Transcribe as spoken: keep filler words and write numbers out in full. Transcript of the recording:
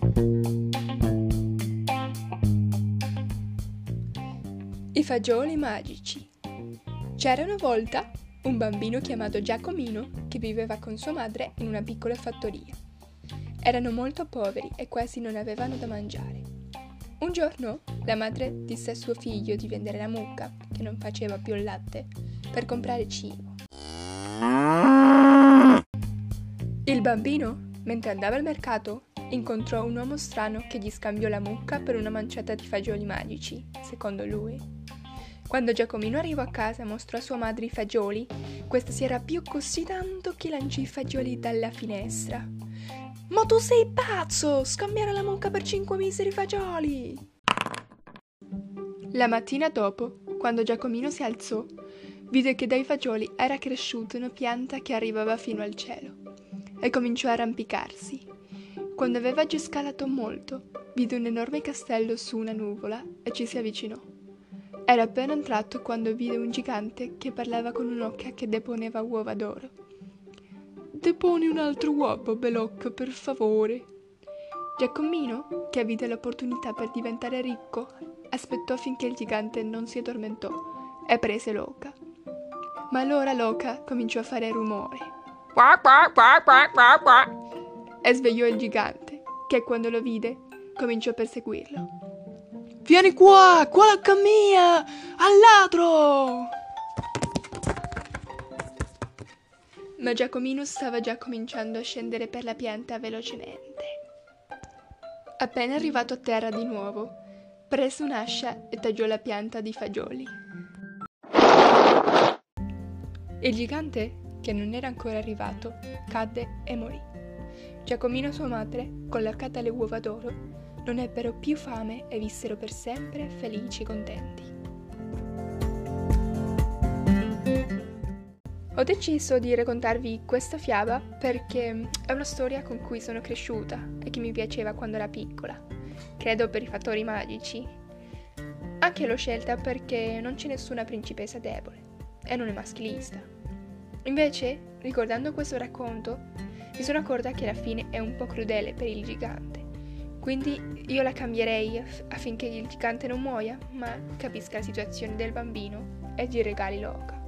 I fagioli magici. C'era una volta un bambino chiamato Giacomino che viveva con sua madre in una piccola fattoria. Erano molto poveri e quasi non avevano da mangiare. Un giorno la madre disse a suo figlio di vendere la mucca, che non faceva più il latte, per comprare cibo. Il bambino, mentre andava al mercato, incontrò un uomo strano che gli scambiò la mucca per una manciata di fagioli magici, secondo lui. Quando Giacomino arrivò a casa e mostrò a sua madre i fagioli, questa si arrabbiò così tanto che lanciò i fagioli dalla finestra. «Ma tu sei pazzo! Scambiare la mucca per cinque miseri fagioli!» La mattina dopo, quando Giacomino si alzò, vide che dai fagioli era cresciuta una pianta che arrivava fino al cielo e cominciò a arrampicarsi. Quando aveva già scalato molto, vide un enorme castello su una nuvola e ci si avvicinò. Era appena entrato quando vide un gigante che parlava con un'oca che deponeva uova d'oro. «Deponi un altro uovo, bellocca, per favore!» Giacomino, che vide l'opportunità per diventare ricco, aspettò finché il gigante non si addormentò e prese l'oca. Ma allora l'oca cominciò a fare rumore e svegliò il gigante, che quando lo vide cominciò a perseguirlo. «Vieni qua, qua l'oca mia, al ladro!» Ma Giacomino stava già cominciando a scendere per la pianta velocemente. Appena arrivato a terra di nuovo, prese un'ascia e tagliò la pianta di fagioli. Il gigante, che non era ancora arrivato, cadde e morì. Giacomino e sua madre, collocate alle uova d'oro, non ebbero più fame e vissero per sempre felici e contenti. Ho deciso di raccontarvi questa fiaba perché è una storia con cui sono cresciuta e che mi piaceva quando ero piccola. Credo per i fattori magici. Anche l'ho scelta perché non c'è nessuna principessa debole e non è maschilista. Invece, ricordando questo racconto, mi sono accorta che la fine è un po' crudele per il gigante. Quindi io la cambierei aff- affinché il gigante non muoia, ma capisca la situazione del bambino e gli regali l'oca.